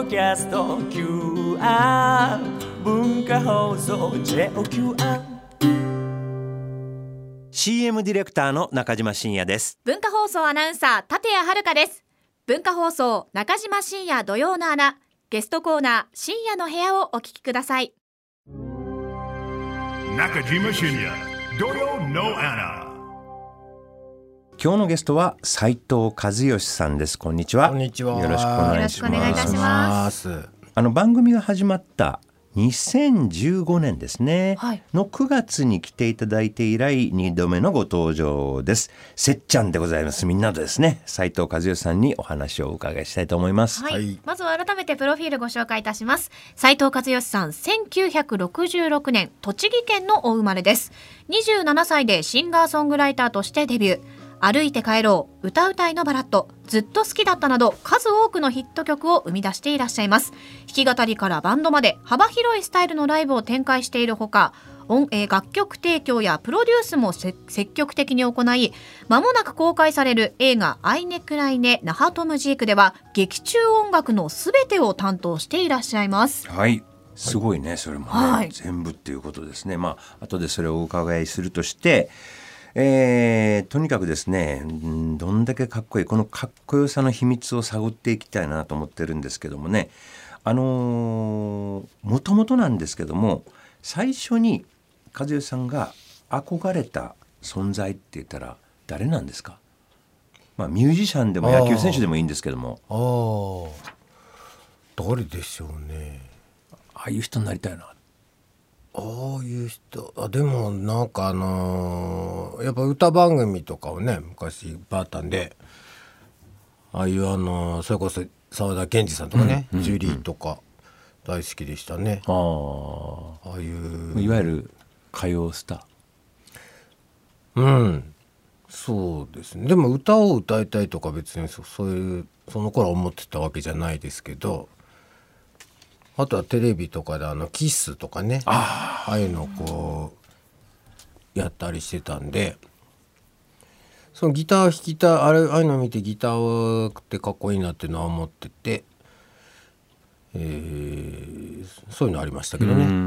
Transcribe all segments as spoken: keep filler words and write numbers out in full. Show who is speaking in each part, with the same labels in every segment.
Speaker 1: ドキャスト キューアール 文化放送 ジェイオーキューアールシーエム ディレクターの中島真也です。
Speaker 2: 文化放送アナウンサー立谷遥です。文化放送中島真也土曜の穴、ゲストコーナー深夜の部屋をお聞きください。
Speaker 3: 中島真也土曜の穴。
Speaker 4: 今日のゲストは斉藤和義さんです。こんにちは。
Speaker 5: こんにちは。
Speaker 4: よろしくお願いします。
Speaker 2: よろしくお願いいたします。
Speaker 4: あの番組が始まったにせんじゅうごねんですね、はい、のくがつに来ていただいて以来にどめのご登場です。せっちゃんでございます。みんなとですね、斉藤和義さんにお話をお伺いしたいと思います、
Speaker 2: はいはい、まずは改めてプロフィールご紹介いたします。斉藤和義さん、せんきゅうひゃくろくじゅうろくねん栃木県のお生まれです。にじゅうななさいでシンガーソングライターとしてデビュー。歩いて帰ろう、歌うたいのバラッド、ずっと好きだったなど数多くのヒット曲を生み出していらっしゃいます。弾き語りからバンドまで幅広いスタイルのライブを展開しているほか、音、えー、楽曲提供やプロデュースも積極的に行い、間もなく公開される映画アイネクライネナハトムジークでは劇中音楽のすべてを担当していらっしゃいます。
Speaker 4: はい、すごいね、それもね、はい、全部っていうことですね。まあ後でそれをお伺いするとして、えー、とにかくですね、どんだけかっこいい、このかっこよさの秘密を探っていきたいなと思ってるんですけどもね、あのー、もともとなんですけども、最初に和義さんが憧れた存在って言ったら誰なんですか？まあ、ミュージシャンでも野球選手でもいいんですけども。
Speaker 5: ああ、誰でしょうね。
Speaker 4: ああいう人になりたいな。
Speaker 5: ああいう人、あ、でもなんかあのー、やっぱ歌番組とかをね昔いっぱいあったんで、ああいうあのー、それこそ沢田研二さんとかね、うんうんうん、ジュリーとか大好きでしたね。ああ、ああいう
Speaker 4: いわゆる歌謡スタ
Speaker 5: ー。うん、そうですね。でも歌を歌いたいとか別に そ, そういうその頃思ってたわけじゃないですけど、あとはテレビとかであのキッスとかね、ああいうのをこうやったりしてたんで、そのギター弾きたい、あれ、ああいうのを見てギターってかっこいいなっていうのは思ってて、えー、そういうのありましたけどね。うんうん、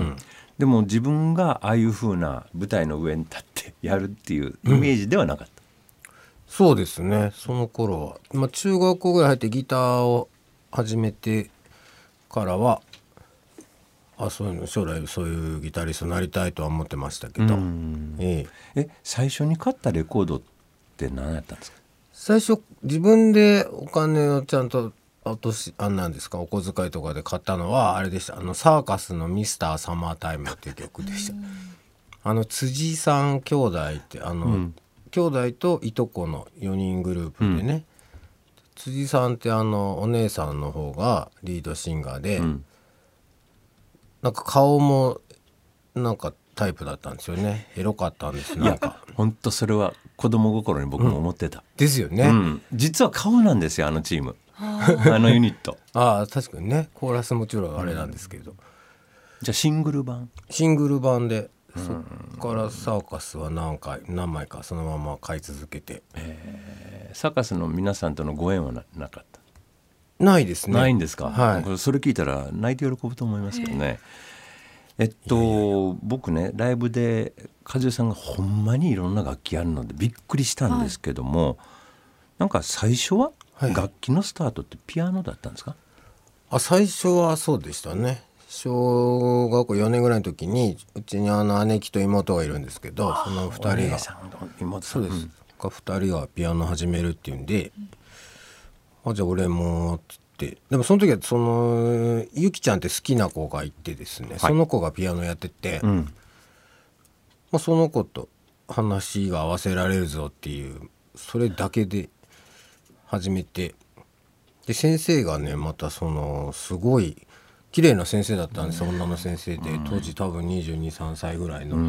Speaker 4: でも自分がああいう風な舞台の上に立ってやるっていうイメージではなかった、
Speaker 5: うん、そうですね。その頃は、まあ、中学校ぐらい入ってギターを始めてからは、あ、そういうの将来そういうギタリストになりたいとは思ってましたけど、
Speaker 4: ええ、え最初に買ったレコードって何やったんですか？
Speaker 5: 最初自分でお金をちゃんと落とし、あんなんですか、お小遣いとかで買ったのはあれでした。あのサーカスのミスターサマータイムっていう曲でした。あの辻さん兄弟ってあの、うん、兄弟といとこのよにんグループでね、うん、辻さんってあのお姉さんの方がリードシンガーで、うん、なんか顔もなんかタイプだったんですよね。エロかったんです。なんか
Speaker 4: 本当それは子供心に僕も思ってた、うん、
Speaker 5: ですよね、うん、
Speaker 4: 実は顔なんですよ、あのチームあのユニット
Speaker 5: ああ、確かにね。コーラスもちろんあれなんですけど、うん、
Speaker 4: じゃあシングル版
Speaker 5: シングル版で、そっからサーカスは何回何枚かそのまま買い続けて、
Speaker 4: えー、サーカスの皆さんとのご縁は な, なかった
Speaker 5: ないですね。
Speaker 4: ないんですか、
Speaker 5: はい、
Speaker 4: それ聞いたら泣いて喜ぶと思いますけどね。えっといやいやいや、僕ねライブで和義さんがほんまにいろんな楽器やるのでびっくりしたんですけども、はい、なんか最初は楽器のスタートってピアノだったんですか？はい、
Speaker 5: あ、最初はそうでしたね。小学校よねんぐらいの時にうちにあの姉貴と妹がいるんですけど、そのふたりがそうです、うん、がふたりがピアノ始めるっていうんで、うん、あ、じゃあ俺もつって、でもその時はそのゆきちゃんって好きな子がいてですね、はい、その子がピアノやってて、うん、まあ、その子と話が合わせられるぞっていうそれだけで始めて、で先生がねまたそのすごい綺麗な先生だったんです、うん、女の先生で、当時多分にじゅうに、さんさいぐらいの、うん、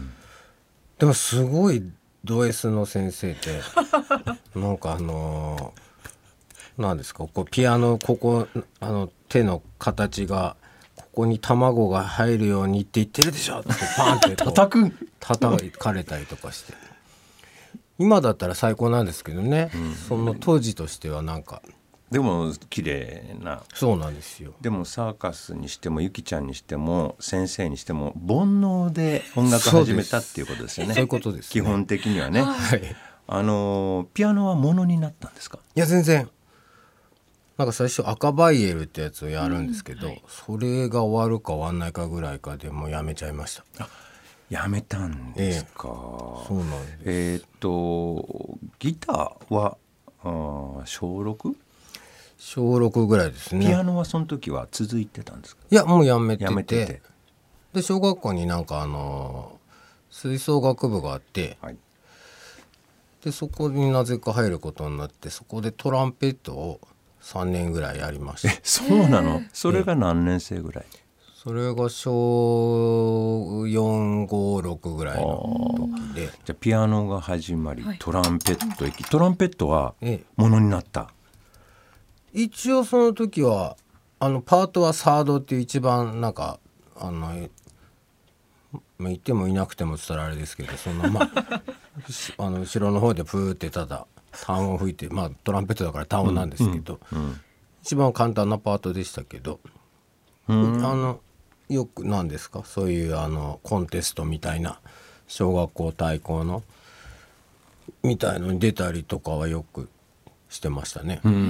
Speaker 5: でもすごいド S の先生でなんかあのー、なんですか、こうピアノここあの手の形がここに卵が入るようにって言ってるでしょってパンってこう
Speaker 4: 叩く
Speaker 5: 叩かれたりとかして、今だったら最高なんですけどね、うん、その当時としてはなんか
Speaker 4: でも綺麗な。
Speaker 5: そうなんですよ。
Speaker 4: でもサーカスにしてもゆきちゃんにしても先生にしても煩悩で音楽始めたっていうことですよね。
Speaker 5: そういうことですね。
Speaker 4: 基本的にはね、
Speaker 5: はい、
Speaker 4: あのピアノはものになったんですか？
Speaker 5: いや全然。なんか最初赤バイエルってやつをやるんですけど、うんはい、それが終わるか終わんないかぐらいかでもうやめちゃいました。
Speaker 4: あ、やめたんですか？え
Speaker 5: え、そうなんです。
Speaker 4: えー、っとギターはあ小 ろく？
Speaker 5: 小ろくぐらいですね。
Speaker 4: ピアノはその時は続いてたんですか？
Speaker 5: いやもうやめてて、
Speaker 4: やめてて
Speaker 5: で小学校になんかあの吹奏楽部があって、はい、でそこになぜか入ることになって、そこでトランペットをさんねんぐらいやりました。
Speaker 4: え、そうなの？それが何年生ぐらい？
Speaker 5: それが小よん、ご、ろくぐらいの時で。
Speaker 4: じゃあピアノが始まり、トランペット行き、トランペットはものになった？
Speaker 5: ええ、一応その時はあのパートはサードっていう一番なんかあのまあ、いてもいなくてもって言ったらあれですけど、そのまああの後ろの方でプーってただ単を吹いて、まあトランペットだから単音なんですけど、うんうんうん、一番簡単なパートでしたけど、うん、あのよく何ですか、そういうあのコンテストみたいな小学校対抗のみたいのに出たりとかはよくしてましたね。うーん、うん、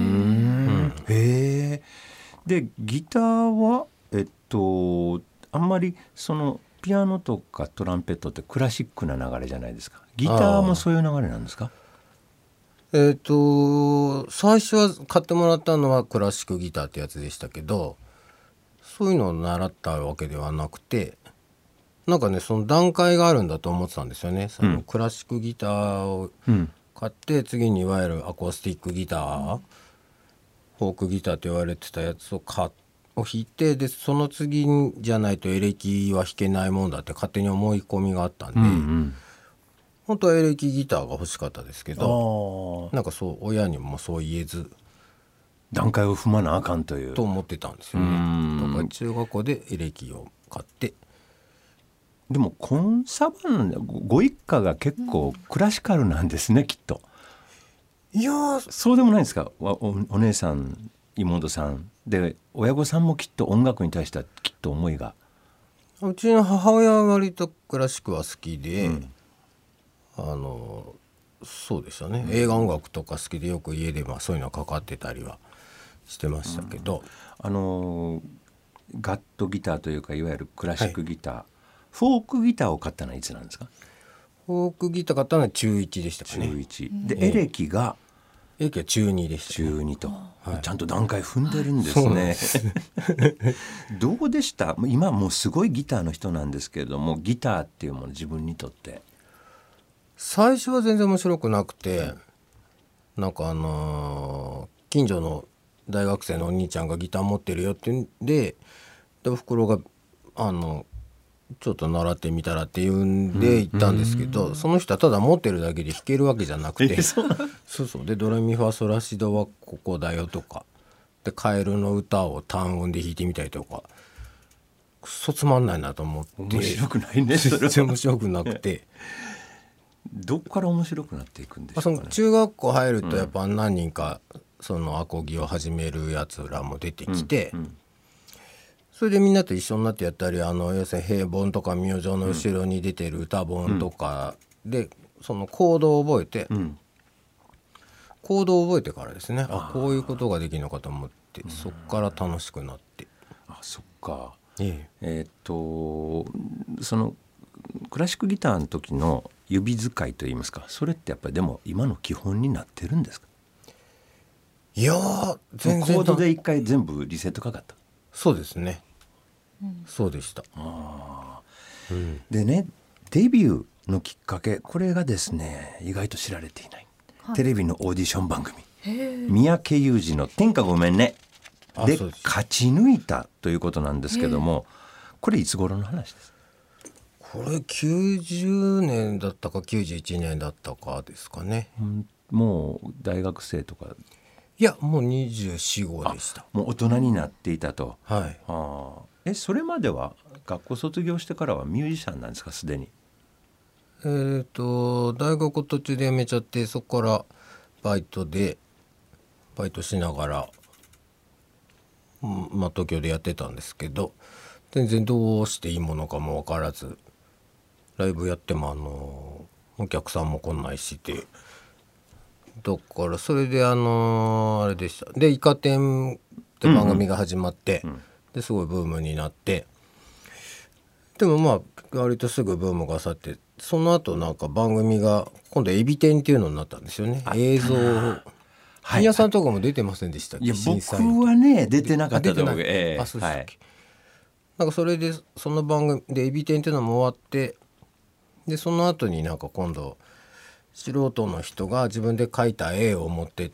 Speaker 4: へえ。でギターはえっとあんまりそのピアノとかトランペットってクラシックな流れじゃないですか。ギターもそういう流れなんですか？
Speaker 5: えっと最初は買ってもらったのはクラシックギターってやつでしたけど、そういうのを習ったわけではなくて、なんかねその段階があるんだと思ってたんですよね。そのクラシックギターを買って、うん、次にいわゆるアコースティックギター、フォークギターと言われてたやつを買ってを弾いて、でその次じゃないとエレキは弾けないもんだって勝手に思い込みがあったんで、うんうん、本当はエレキギターが欲しかったですけど、なんかそう親にもそう言えず
Speaker 4: 段階を踏まなあかんという
Speaker 5: と思ってたんですよね。だから中学校でエレキを買って。
Speaker 4: でもコンサバなんだ、ご一家が結構クラシカルなんですね、きっと。
Speaker 5: いや
Speaker 4: そうでもないですか？ お, お姉さん妹さんで親御さんもきっと音楽に対してはきっと思いが。
Speaker 5: うちの母親は割とクラシックは好きで、うん、あのそうでしたね、うん、映画音楽とか好きでよく家でまあそういうのかかってたりはしてましたけど、うん、
Speaker 4: あのガットギターというかいわゆるクラシックギター、はい、フォークギターを買ったのはいつなんですか？
Speaker 5: フォークギター買ったのは中いちでしたかね。
Speaker 4: 中いちで、エレキが
Speaker 5: エレキは中にでした、ね、
Speaker 4: 中にと、はい、ちゃんと段階踏んでるんですね。どうでした？今もうすごいギターの人なんですけれども、ギターっていうもの自分にとって。
Speaker 5: 最初は全然面白くなくて、なんかあのー、近所の大学生のお兄ちゃんがギター持ってるよって言うんで、でおふくろがあのちょっと習ってみたらって言うんで行ったんですけど、うん、その人はただ持ってるだけで弾けるわけじゃなくて、そうそうそうでドレミファソラシドはここだよとかでカエルの歌を単音で弾いてみたりとか、くそつまんないなと思って。
Speaker 4: 面白くないね。
Speaker 5: 全然面白くなくて
Speaker 4: どっから面白くなっていくんでしょうかね。
Speaker 5: その中学校入るとやっぱ何人かそのアコギを始めるやつらも出てきて、うんうん、それでみんなと一緒になってやったり、あの要するに平凡とか明星の後ろに出てる歌本とかで、うん、そのコードを覚えて、うん、コードを覚えてからですね、あこういうことができるのかと思って、うん、そっから楽しくなって。
Speaker 4: あそっか、
Speaker 5: え
Speaker 4: ええー、っとそのクラシックギターの時の指使いといいますか、それってやっぱりでも今の基本になってるんですか？
Speaker 5: いやー全然
Speaker 4: コードで一回全部リセットかかった。
Speaker 5: そうですね、うん、そうでした。
Speaker 4: あ、うん、でねデビューのきっかけ、これがですね意外と知られていない、はい、テレビのオーディション番組三宅裕司の天下ごめんねで勝ち抜いたということなんですけども、これいつ頃の話です？
Speaker 5: これきゅうじゅうねんだったかきゅうじゅういちねんだったかですかね、
Speaker 4: うん、もう大学生とか？
Speaker 5: いやもうにじゅうよん、ごでした。
Speaker 4: もう大人になっていたと、
Speaker 5: はい、
Speaker 4: あえそれまでは学校卒業してからはミュージシャンなんですか？すでに。
Speaker 5: えーと大学途中で辞めちゃって、そこからバイトでバイトしながら、うんまあ、東京でやってたんですけど、全然どうしていいものかも分からず、ライブやってもあのお客さんも来ないしで、だからそれであのあれでした。でイカ天って番組が始まって、うんうん、ですごいブームになって、でもまあ割とすぐブームが去って、その後なんか番組が今度エビ天っていうのになったんですよね。映像金谷さんとかも出てませんでしたっけ？
Speaker 4: いや僕はね出てなかったと思う。えー、
Speaker 5: あそうですっけ、はい、なんかそれでその番組でエビ天っていうのも終わって、でその後になんか今度素人の人が自分で描いた絵を持ってって、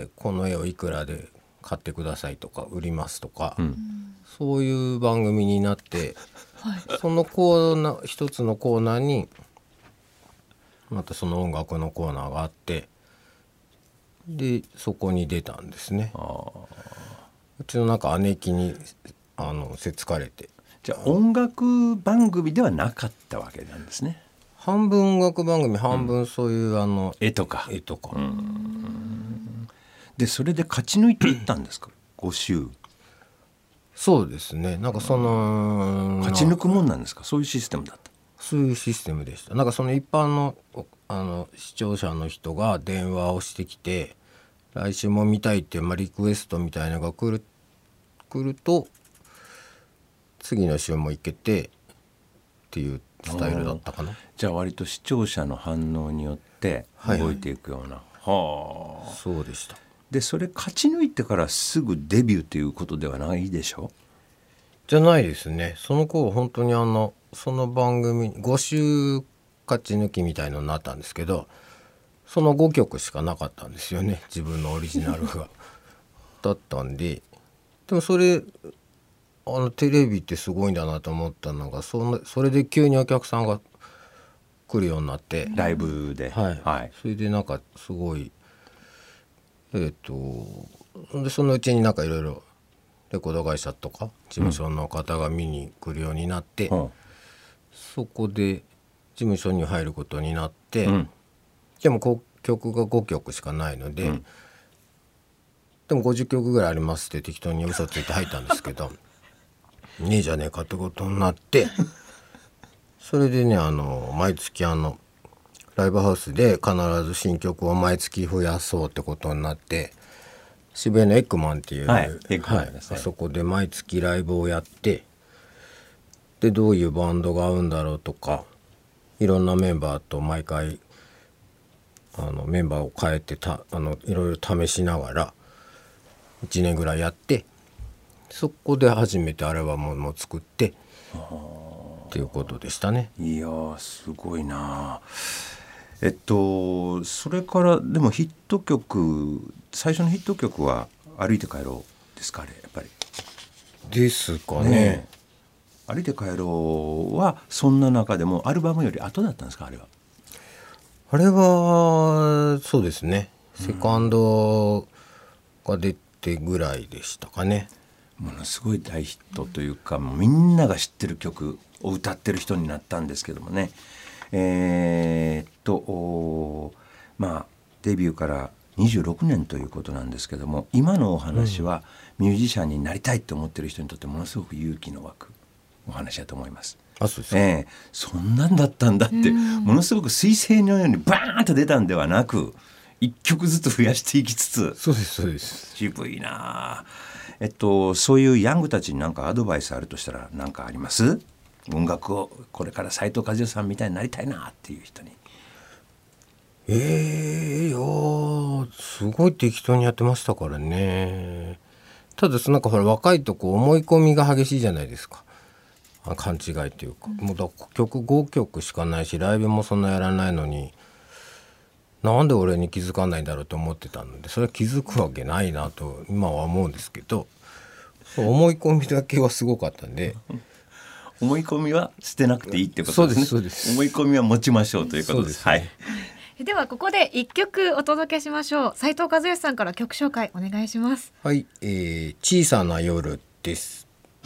Speaker 5: この絵をいくらで買ってくださいとか売りますとか、うん、そういう番組になって、はい、そのコーナー一つのコーナーにまたその音楽のコーナーがあって、でそこに出たんですね。うちのなんか姉貴にあのせつかれて。
Speaker 4: じゃあ音楽番組ではなかったわけなんですね。
Speaker 5: 半分音楽番組、半分そういう、うん、あの
Speaker 4: 絵とか
Speaker 5: 絵とか。
Speaker 4: うんでそれで勝ち抜いていったんですか？ご週。
Speaker 5: そうですね。なんかその
Speaker 4: 勝ち抜くもんなんですか？そういうシステムだった。
Speaker 5: そういうシステムでした。なんかその一般のあの視聴者の人が電話をしてきて、来週も見たいっていう、まあ、リクエストみたいなのが来る来ると次の週も行けてっていうスタイルだったかな。
Speaker 4: じゃあ割と視聴者の反応によって動いていくような、はいはい、はあ、
Speaker 5: そうでした。
Speaker 4: でそれ勝ち抜いてからすぐデビューということではないでしょ？
Speaker 5: じゃないですね。その頃本当にあのその番組ご週勝ち抜きみたいのになったんですけど、そのごきょくしかなかったんですよね、自分のオリジナルがだったんで。でもそれあのテレビってすごいんだなと思ったのが、そのそれで急にお客さんが来るようになって、
Speaker 4: ライブで、
Speaker 5: はいはい、それでなんかすごいえっとでそのうちになんかいろいろレコード会社とか事務所の方が見に来るようになって、うん、そこで事務所に入ることになって、うん、でもこう曲がごきょくしかないので、うん、でもごじゅっきょくぐらいありますって適当に嘘ついて入ったんですけどねえじゃねえかってことになって、それでねあの毎月あのライブハウスで必ず新曲を毎月増やそうってことになって、渋谷のエッグマンっていう、
Speaker 4: はいエッグマンですね、
Speaker 5: はい、あそこで毎月ライブをやって、でどういうバンドが合うんだろうとか、いろんなメンバーと毎回あのメンバーを変えてたあのいろいろ試しながらいちねんぐらいやって、そこで初めてアルバムも作ってっていうことでしたね。
Speaker 4: いやーすごいな。えっとそれからでもヒット曲、最初のヒット曲は歩いて帰ろうですか？あれやっぱり
Speaker 5: ですかね。
Speaker 4: ね歩いて帰ろうはそんな中でもアルバムより後だったんですか？あれは
Speaker 5: あれはそうですね、セカンドが出てぐらいでしたかね。
Speaker 4: ものすごい大ヒットというか、もうみんなが知ってる曲を歌ってる人になったんですけどもね。えー、っとまあデビューからにじゅうろくねんということなんですけども、今のお話はミュージシャンになりたいと思ってる人にとってものすごく勇気の湧くお話だと思います。
Speaker 5: あ、そうですか。
Speaker 4: えー、そんなんだったんだって、ものすごく彗星のようにバーンと出たんではなく、一曲ずつ増やしていきつつ。
Speaker 5: そうですそうです。
Speaker 4: 渋いな。えっとそういうヤングたちに何かアドバイスあるとしたら何かあります？音楽をこれから斉藤和義さんみたいになりたいなっていう人に。
Speaker 5: えー、いやすごい適当にやってましたからね。ただなんかほら若いとこ思い込みが激しいじゃないですか。勘違いというか、もうだ曲ごきょくしかないし、ライブもそんなやらないのになんで俺に気づかないんだろうと思ってたので、それは気づくわけないなと今は思うんですけど、思い込みだけはすごかったんで
Speaker 4: 思い込みは捨てなくていいってことですね。
Speaker 5: そうですそうです。
Speaker 4: 思い込みは持ちましょうということです。
Speaker 5: そうですね。
Speaker 2: はい、ではここで一曲お届けしましょう。斉藤和義さんから曲紹介お願いします。
Speaker 5: はい、えー、小さな夜です。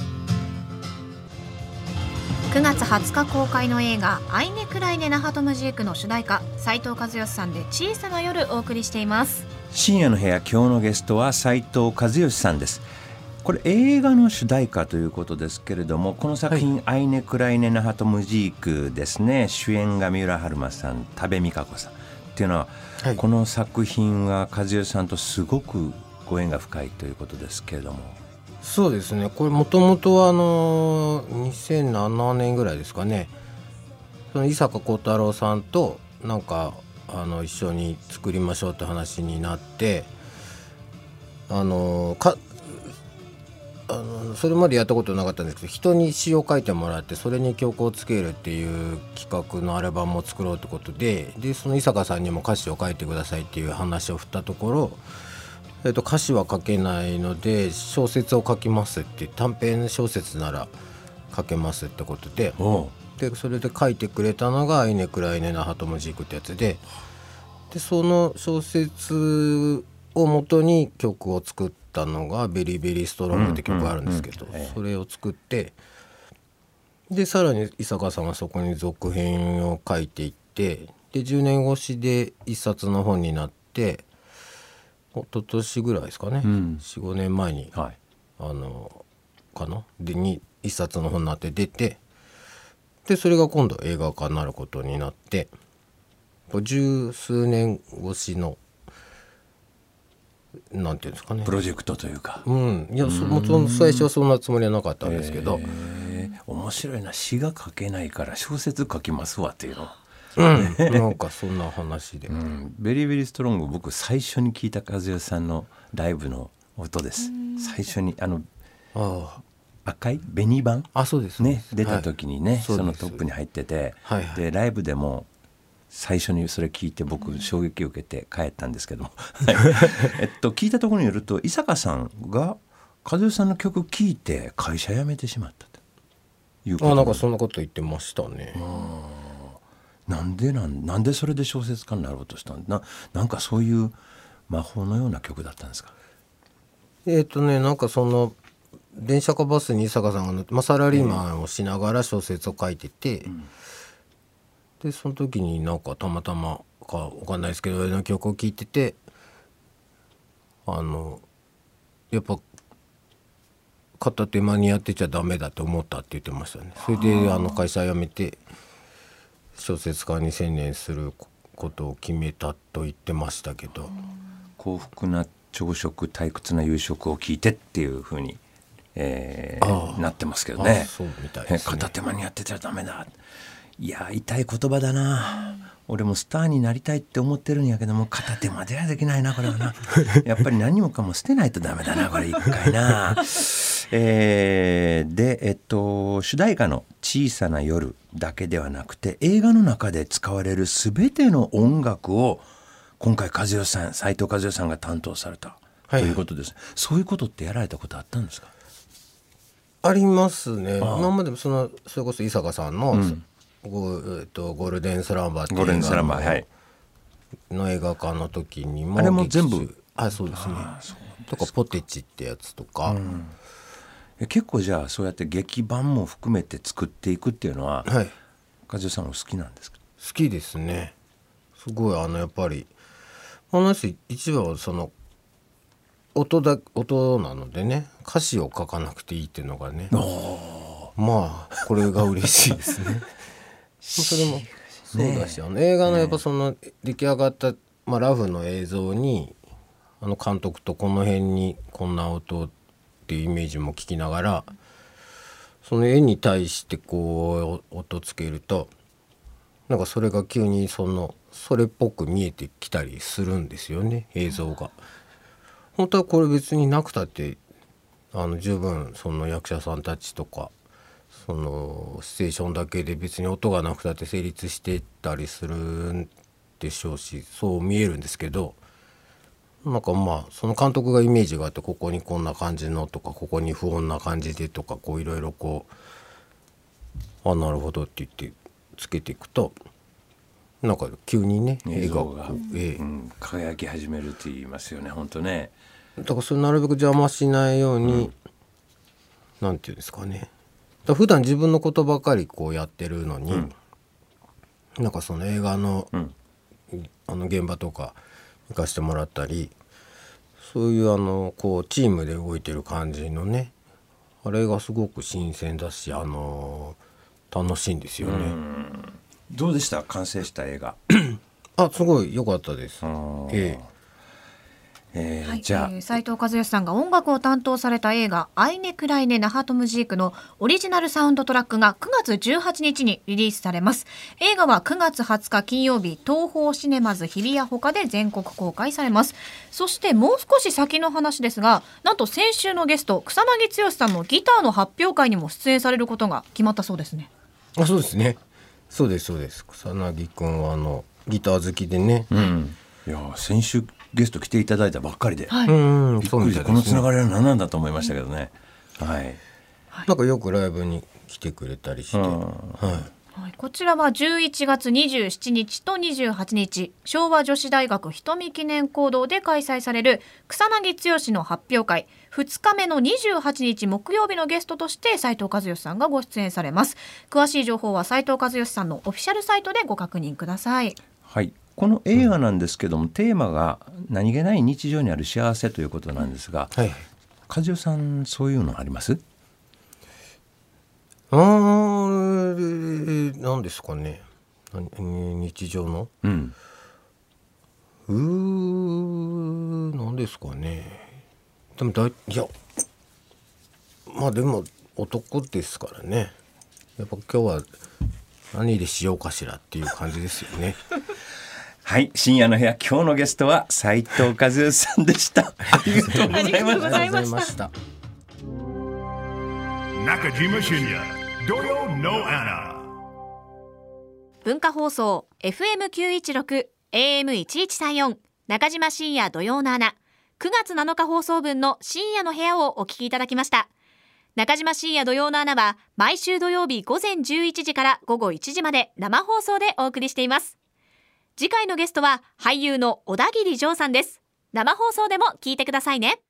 Speaker 2: くがつはつか公開の映画アイネクライネナハトムジークの主題歌、斉藤和義さんで小さな夜お送りしています。
Speaker 4: 深夜の部屋、今日のゲストは斉藤和義さんです。これ映画の主題歌ということですけれども、この作品、はい、アイネクライネナハトムジークですね。主演が三浦春馬さん、多部未華子さんっていうのは、はい、この作品は和義さんとすごくご縁が深いということですけれども。
Speaker 5: そうですね、これもともとはあのにせんななねんぐらいですかね、その伊坂幸太郎さんとなんかあの一緒に作りましょうって話になって、あのかあのそれまでやったことなかったんですけど、人に詩を書いてもらってそれに曲をつけるっていう企画のアルバムを作ろうってことで、でその伊坂さんにも歌詞を書いてくださいっていう話を振ったところ、えっと、歌詞は書けないので小説を書きますって、短編小説なら書けますってことで、でそれで書いてくれたのがアイネクライネナハトムジークってやつで、でその小説を元に曲を作ったのがベリーベリーストロングって曲があるんですけど、それを作って、でさらに伊坂さんはそこに続編を書いていって、でじゅうねん越しで一冊の本になって、一昨年ぐらいですかね、うん、よん、ごねんまえに、はい、あのかなでに一冊の本になって出て、でそれが今度映画化になることになって、十数年越しのなんていうんですかね、
Speaker 4: プロジェクトというか、
Speaker 5: うん、いやそもちろん最初はそんなつもりはなかったんですけど、
Speaker 4: えー、面白いな、詩が書けないから小説書きますわっていうの、
Speaker 5: うん、なんかそんな話で、
Speaker 4: うん、ベリーベリーストロング、僕最初に聞いた和義さんのライブの音です。最初にあのあ赤い紅版、
Speaker 5: あ、そうです
Speaker 4: ね、出た時にね、はい、そのトップに入ってて、はいはい、でライブでも最初にそれ聞いて僕衝撃を受けて帰ったんですけどもえっと聞いたところによると、伊坂さんが和義さんの曲聴いて会社辞めてしまったということ。
Speaker 5: あ、なんかそんなこと言ってましたね。
Speaker 4: なんでなんなんでそれで小説家になろうとしたんな、なんかそういう魔法のような曲だったんですか。
Speaker 5: えっとねなんかその電車かバスに伊坂さんが乗って、まあ、サラリーマンをしながら小説を書いてて、うん、でその時になんかたまたまかわかんないですけどの曲を聴いてて、あのやっぱ片手間にやってちゃダメだと思ったって言ってましたね。それであの会社辞めて小説家に専念することを決めたと言ってましたけど、
Speaker 4: 幸福な朝食退屈な夕食を聞いてっていう風に、えー、なってますけどね。
Speaker 5: そうみたいですね。
Speaker 4: 片手間にやってちゃダメだ。いや痛い言葉だな。俺もスターになりたいって思ってるんやけども、片手間ではできないなこれはなやっぱり何もかも捨てないとダメだなこれ一回なえー、で、えっと、主題歌の小さな夜だけではなくて、映画の中で使われるすべての音楽を今回和義さん、斉藤和義さんが担当されたということです、はい、そういうことってやられたことあったんですか。
Speaker 5: ありますね。今までもそのそれこそ伊坂さんの、うんゴ, えっと、ゴールデンスランバーっていう映画 の,、はい、の映画化の時にも
Speaker 4: あれも全部、
Speaker 5: あ、そうですね。とかポテチってやつとか、うん、
Speaker 4: 結構じゃあそうやって劇版も含めて作っていくっていうのは、はい、和義さんお好きなんですか。
Speaker 5: 好きですね。すごいあのやっぱり話一番はその音だ音なのでね、歌詞を書かなくていいっていうのがね、まあこれが嬉しいですねそれもそうだし、あの映画のやっぱその出来上がった、まあ、ラフの映像にあの監督とこの辺にこんな音っていうイメージも聞きながら、その絵に対してこう音つけるとなんかそれが急にそのそれっぽく見えてきたりするんですよね、映像が。本当はこれ別になくたってあの十分その役者さんたちとかそのステーションだけで別に音がなくたって成立してたりするんでしょうし、そう見えるんですけど、なんかまあその監督がイメージがあって、ここにこんな感じのとかここに不穏な感じでとかこういろいろこう、あ、なるほどって言ってつけていくとなんか急にね
Speaker 4: 映画が、ええうん、輝き始めるって言いますよね本当ね。
Speaker 5: だからそれなるべく邪魔しないように、うん、なんていうんですかね、だ普段自分のことばかりこうやってるのに、うん、なんかその映画の、うん、あの現場とか行かせてもらったり、 そういうあのこうチームで動いてる感じのね、あれがすごく新鮮だし、あの楽しいんですよね。
Speaker 4: どうでした完成した映画？
Speaker 5: あ、すごい良かったです。ええ
Speaker 2: えーはい、
Speaker 4: じゃあ、
Speaker 2: えー、斉藤和義さんが音楽を担当された映画アイネクライネナハトムジークのオリジナルサウンドトラックがくがつじゅうはちにちにリリースされます。映画はくがつはつか金曜日、東宝シネマズ日比谷ほかで全国公開されます。そしてもう少し先の話ですが、なんと先週のゲスト草薙剛さんのギターの発表会にも出演されることが決まったそうですね。
Speaker 5: あ、そうですね。そうですそうです。草薙くんはあのギター好きでね、
Speaker 4: うん、いや先週ゲスト来ていただいたばっかりで、
Speaker 2: はい、
Speaker 5: うん
Speaker 4: びっくりで、このつながりは何なんだと思いましたけどね、はい、
Speaker 5: なんかよくライブに来てくれたりして、はい
Speaker 2: はい、こちらはじゅういちがつにじゅうしちにちとにじゅうはちにち昭和女子大学瞳記念講堂で開催される草薙剛の発表会ふつかめのにじゅうはちにち木曜日のゲストとして斉藤和義さんがご出演されます。詳しい情報は斉藤和義さんのオフィシャルサイトでご確認ください。
Speaker 4: はい、この映画なんですけども、うん、テーマが何気ない日常にある幸せということなんですが、はい、和代さんそういうのあります？
Speaker 5: あー、何ですかね、日常の、うん、うー何ですかね。でもだいいやまあでも男ですからね、やっぱ今日は何でしようかしらっていう感じですよね。
Speaker 4: はい、深夜の部屋、今日のゲストは斉藤和義さんでした。ありがとうございました。
Speaker 3: 中島深夜土曜のアナ、
Speaker 2: 文化放送 エフエムきゅういちろく エーエムいちいちさんよん 中島深夜土曜のアナ、くがつなのか放送分の深夜の部屋をお聞きいただきました。中島深夜土曜のアナは毎週土曜日午前じゅういちじから午後いちじまで生放送でお送りしています。次回のゲストは俳優の小田切丈さんです。生放送でも聞いてくださいね。